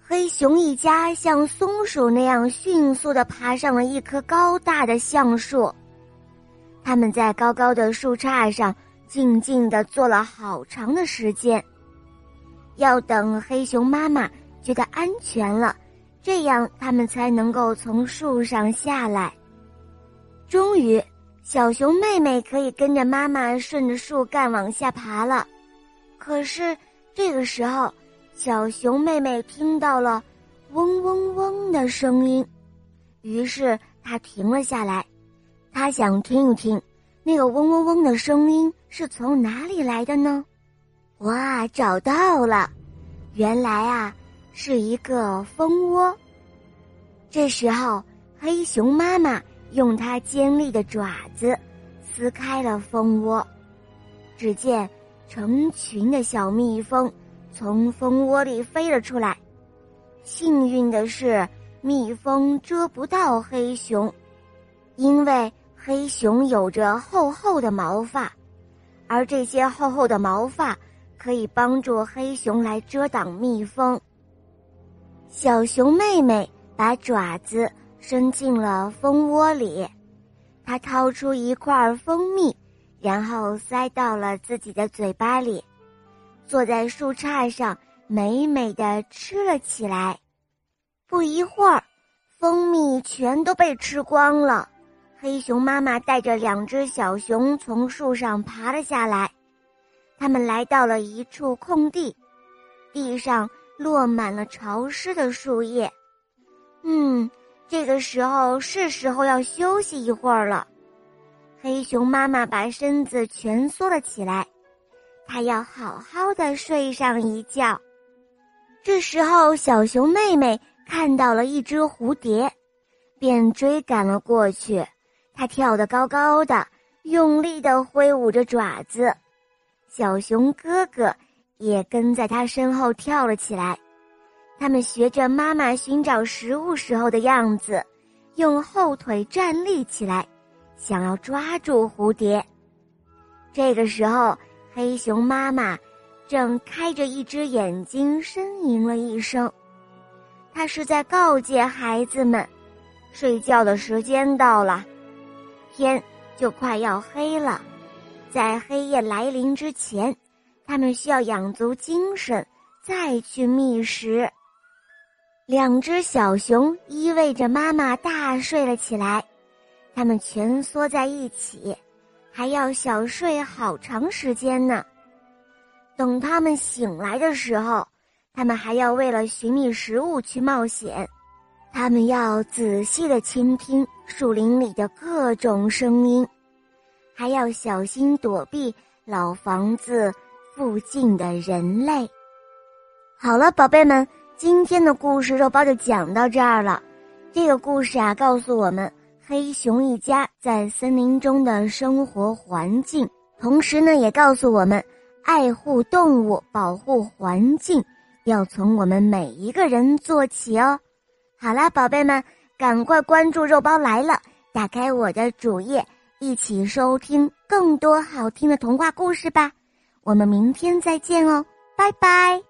黑熊一家像松鼠那样迅速地爬上了一棵高大的橡树。他们在高高的树杈上静静地坐了好长的时间，要等黑熊妈妈觉得安全了，这样他们才能够从树上下来。终于，小熊妹妹可以跟着妈妈顺着树干往下爬了。可是这个时候，小熊妹妹听到了嗡嗡嗡的声音，于是她停了下来。她想听一听那个嗡嗡嗡的声音是从哪里来的呢？哇，找到了！原来啊，是一个蜂窝。这时候，黑熊妈妈用它尖利的爪子撕开了蜂窝，只见成群的小蜜蜂从蜂窝里飞了出来。幸运的是，蜜蜂蛰不到黑熊，因为黑熊有着厚厚的毛发，而这些厚厚的毛发可以帮助黑熊来遮挡蜜蜂。小熊妹妹把爪子伸进了蜂窝里，她掏出一块蜂蜜，然后塞到了自己的嘴巴里，坐在树杈上美美地吃了起来。不一会儿，蜂蜜全都被吃光了。黑熊妈妈带着2只小熊从树上爬了下来，他们来到了一处空地，地上落满了潮湿的树叶。这个时候是时候要休息一会儿了。黑熊妈妈把身子蜷缩了起来，她要好好的睡上一觉。这时候，小熊妹妹看到了一只蝴蝶，便追赶了过去。它跳得高高的，用力地挥舞着爪子。小熊哥哥也跟在它身后跳了起来。他们学着妈妈寻找食物时候的样子，用后腿站立起来，想要抓住蝴蝶。这个时候，黑熊妈妈正开着一只眼睛呻吟了一声，她是在告诫孩子们，睡觉的时间到了，天就快要黑了。在黑夜来临之前，他们需要养足精神，再去觅食。2只小熊依偎着妈妈大睡了起来，它们蜷缩在一起，还要小睡好长时间呢。等它们醒来的时候，它们还要为了寻觅食物去冒险。它们要仔细地倾听树林里的各种声音，还要小心躲避老房子附近的人类。好了，宝贝们，今天的故事肉包就讲到这儿了。这个故事啊，告诉我们黑熊一家在森林中的生活环境，同时呢，也告诉我们爱护动物、保护环境要从我们每一个人做起哦。好啦，宝贝们，赶快关注肉包来了，打开我的主页，一起收听更多好听的童话故事吧。我们明天再见哦，拜拜。